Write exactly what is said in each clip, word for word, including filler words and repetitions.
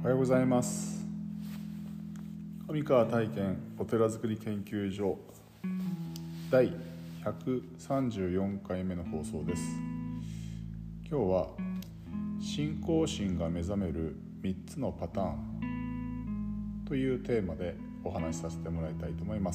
はようございます。上川体験お寺づくり研究所だいひゃくさんじゅうよんかいめの放送です。今日は信仰心が目覚めるみっつのパターンというテーマでお話しさせてもらいたいと思います。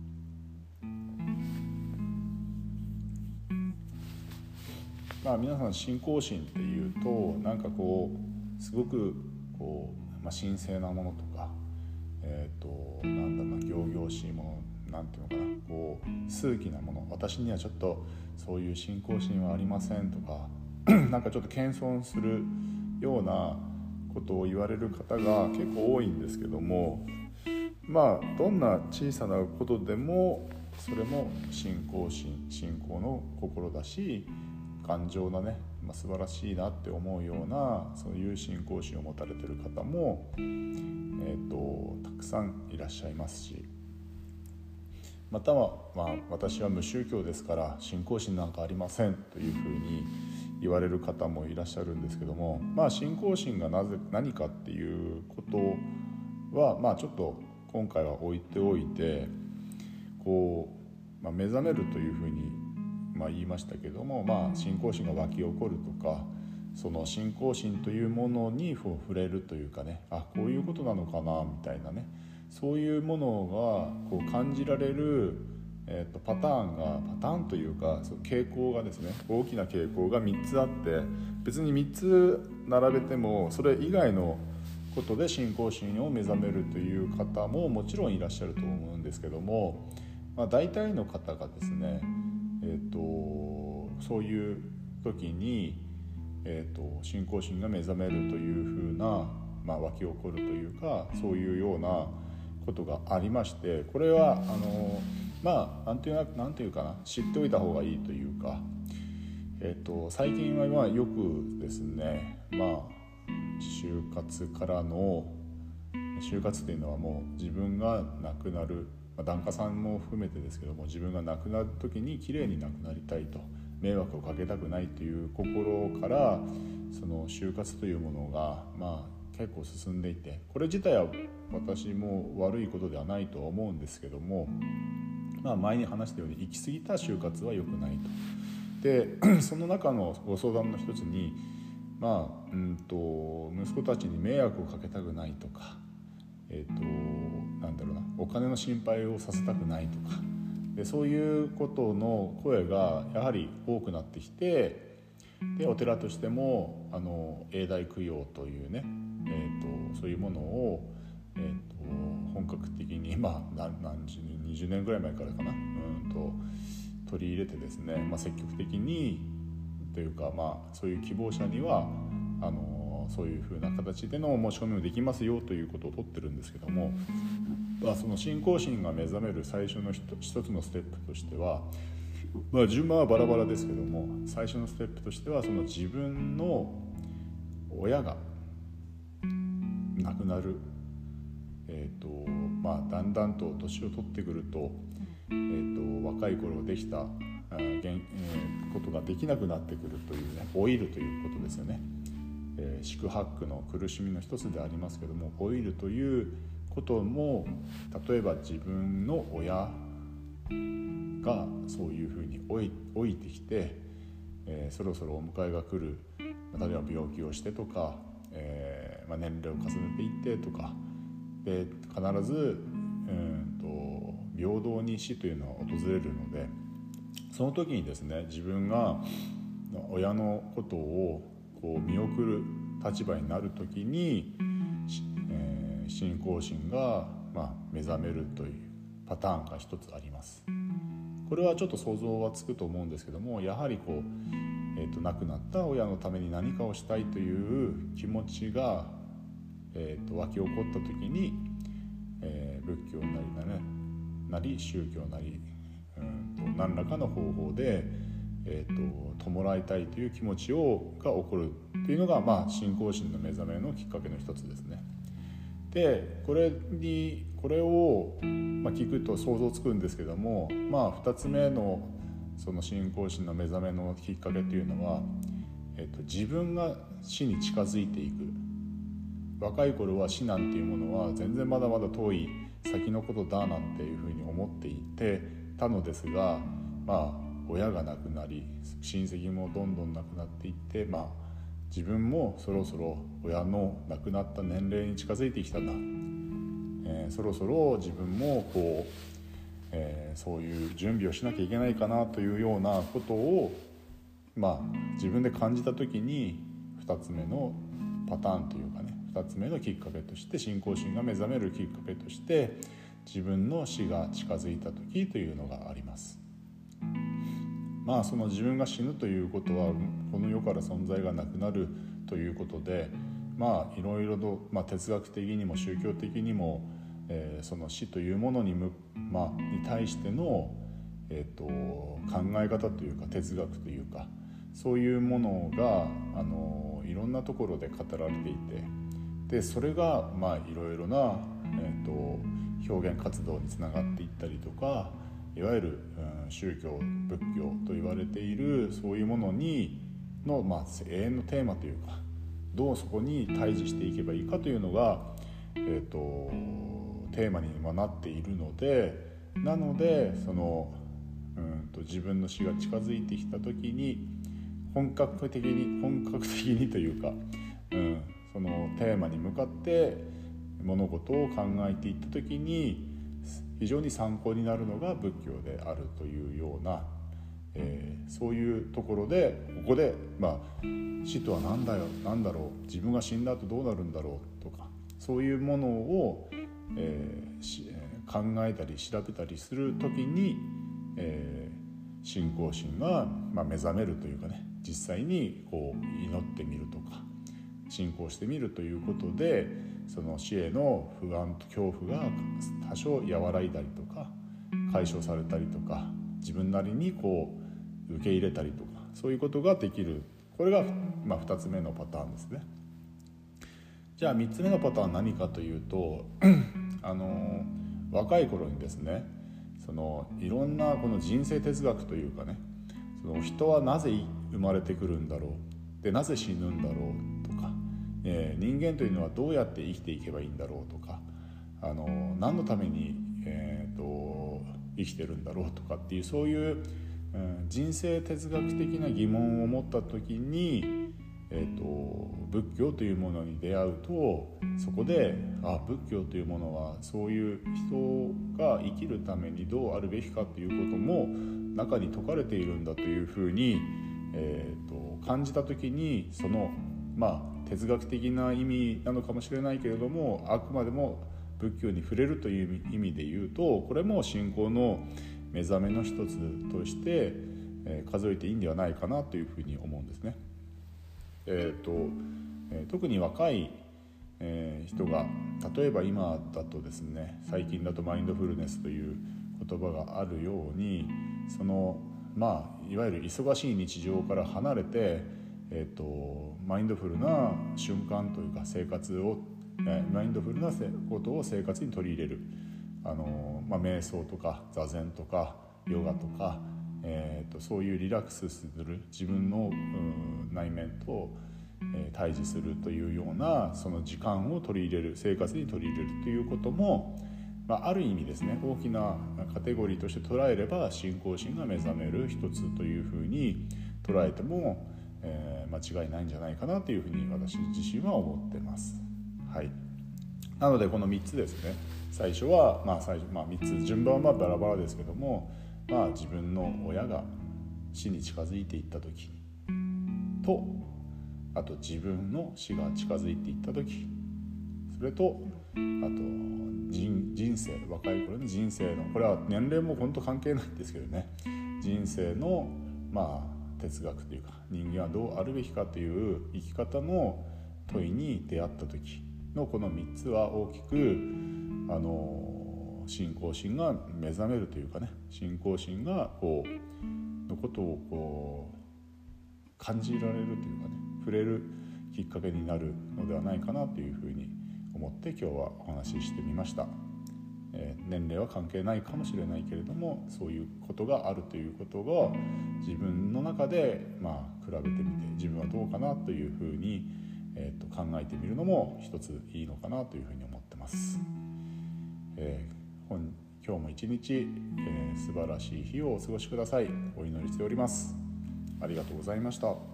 まあ、皆さん信仰心っていうとなんかこうすごくこう、まあ、神聖なものとか、えー、となんだろうな仰々しいものなんていうのかなこう数奇なもの、私にはちょっとそういう信仰心はありませんとかなんかちょっと謙遜するようなことを言われる方が結構多いんですけども、まあどんな小さなことでもそれも信仰心、信仰の心だし頑丈なね、まあ、素晴らしいなって思うようなそういう信仰心を持たれている方も、えー、とたくさんいらっしゃいますし、または、まあ、私は無宗教ですから信仰心なんかありませんというふうに言われる方もいらっしゃるんですけども、まあ、信仰心がなぜ何かっていうことは、まあ、ちょっと今回は置いておいてこう、まあ、目覚めるというふうにまあ、言いましたけども、まあ、信仰心が湧き起こるとかその信仰心というものに触れるというかね、あこういうことなのかなみたいなね、そういうものがこう感じられる、えー、とパターンがパターンというかその傾向がですね、大きな傾向がみっつあって、別にみっつ並べてもそれ以外のことで信仰心を目覚めるという方ももちろんいらっしゃると思うんですけども、まあ、大体の方がですねえー、とそういう時に、えー、と信仰心が目覚めるというふうな、まあ、湧き起こるというかそういうようなことがありまして、これはあのまあなんていう、なんていうかな知っておいた方がいいというか、えー、と最近はまあよくですね、まあ就活からの就活というのはもう自分が亡くなる、まあ、檀家さんも含めてですけども、自分が亡くなる時にきれいに亡くなりたいと、迷惑をかけたくないという心からその就活というものがまあ結構進んでいて、これ自体は私も悪いことではないとは思うんですけども、まあ、前に話したように行き過ぎた就活は良くないと。でその中のご相談の一つに、まあうんと息子たちに迷惑をかけたくないとか、えーと、なんだろうなお金の心配をさせたくないとかで、そういうことの声がやはり多くなってきて、でお寺としてもあの永代供養というね、えーと、そういうものを、えーと、本格的に、まあ、何, 何十年にじゅうねんぐらい前からかな、うんと取り入れてですね、まあ、積極的にというか、まあ、そういう希望者にはあのそういう風な形での申し込みもできますよということを取ってるんですけども、まあ、その信仰心が目覚める最初の一つのステップとしては、まあ、順番はバラバラですけども、最初のステップとしてはその自分の親が亡くなる、えーとまあ、だんだんと年を取ってくると、えーと若い頃できたあ、えー、ことができなくなってくるというね、老いるということですよね。えー、四苦八苦の苦しみの一つでありますけども、老いるということも例えば自分の親がそういうふうに老い、老いてきて、えー、そろそろお迎えが来る、例えば病気をしてとか、えーまあ、年齢を重ねていってとかで必ず、うんと平等に死というのは訪れるので、その時にですね自分が親のことをこう見送る立場になる時に、えー、信仰心が、まあ、目覚めるというパターンが一つあります。これはちょっと想像はつくと思うんですけども、やはりこう、えーと、亡くなった親のために何かをしたいという気持ちが、えーと、湧き起こった時に、えー、仏教なりだねなり宗教なり、うんと何らかの方法で、えーと、弔いたいという気持ちをが起こるというのが、まあ、信仰心の目覚めのきっかけの一つですね。でこれにこれを、まあ、聞くと想像つくんですけども、まあ、ふたつめのその信仰心の目覚めのきっかけというのは、えーと、自分が死に近づいていく、 若い頃は死なんていうものは全然まだまだ遠い先のことだなんていうふうに思っていてたのですが、まあ親が亡くなり親戚もどんどん亡くなっていって、まあ自分もそろそろ親の亡くなった年齢に近づいてきたんだ、えー、そろそろ自分もこう、えー、そういう準備をしなきゃいけないかなというようなことを、まあ自分で感じた時にふたつめのパターンというかね、ふたつめのきっかけとして、信仰心が目覚めるきっかけとして自分の死が近づいた時というのがあります。まあその自分が死ぬということはこの世から存在がなくなるということで、まあいろいろと、まあ、哲学的にも宗教的にも、えー、その死というものに、まあ、に対しての、えーと、考え方というか哲学というかそういうものがあのいろんなところで語られていて、でそれがまあいろいろな、えーと、表現活動につながっていったりとか、いわゆる、うん、宗教仏教と言われているそういうものにの、まあ、永遠のテーマというか、どうそこに対峙していけばいいかというのが、えーと、テーマになっているので、なのでその、うんと、自分の死が近づいてきた時に本格的に本格的にというか、うん、そのテーマに向かって物事を考えていった時に非常に参考になるのが仏教であるというような、えー、そういうところでここで、まあ、死とは何だよ、何だろう、自分が死んだ後どうなるんだろうとか、そういうものを、えー、考えたり調べたりするときに、えー、信仰心が、まあ、目覚めるというかね、実際にこう祈ってみるとか信仰してみるということで、その死への不安と恐怖が多少和らいだりとか解消されたりとか、自分なりにこう受け入れたりとか、そういうことができる。これが、まあ、ふたつめのパターンですね。じゃあみっつめのパターンは何かというとあの若い頃にですね、そのいろんなこの人生哲学というかね、その人はなぜ生まれてくるんだろう、でなぜ死ぬんだろうとか、えー、人間というのはどうやって生きていけばいいんだろうとか、あの何のために、えー、と生きてるんだろうとかっていう、そういう、うん、人生哲学的な疑問を持った時に、えー、と仏教というものに出会うと、そこであ仏教というものはそういう人が生きるためにどうあるべきかということも中に説かれているんだというふうに、えー、と感じた時に、そのまあ哲学的な意味なのかもしれないけれども、あくまでも仏教に触れるという意味で言うと、これも信仰の目覚めの一つとして、えー、数えていいんではないかなというふうに思うんですね。えーとえー、特に若い、えー、人が、例えば今だとですね、最近だとマインドフルネスという言葉があるように、そのまあいわゆる忙しい日常から離れて、えーと、マインドフルな瞬間というか生活を、えー、マインドフルなことを生活に取り入れる、あの、まあ、瞑想とか座禅とかヨガとか、えーと、そういうリラックスする自分の、うん、内面と、えー、対峙するというようなその時間を取り入れる、生活に取り入れるということも、まあ、ある意味ですね、大きなカテゴリーとして捉えれば信仰心が目覚める一つというふうに捉えても、えー、間違いないんじゃないかなというふうに私自身は思ってます。はい、なのでこのみっつですね、最初は、まあ最初まあ、みっつ順番はバラバラですけども、まあ、自分の親が死に近づいていった時と、あと自分の死が近づいていった時、それとあと 人, 人生若い頃の人生の、これは年齢も本当関係ないんですけどね、人生のまあ哲学というか、人間はどうあるべきかという生き方の問いに出会った時のこのみっつは大きくあの信仰心が目覚めるというかね、信仰心がこうのことをこう感じられるというかね、触れるきっかけになるのではないかなというふうに思って今日はお話ししてみました。えー、年齢は関係ないかもしれないけれども、そういうことがあるということが自分の中で、まあ、比べてみて自分はどうかなというふうに、 えー、と考えてみるのも一ついいのかなというふうに思ってます。えー、本今日も一日、えー、素晴らしい日をお過ごしください。お祈りしております。ありがとうございました。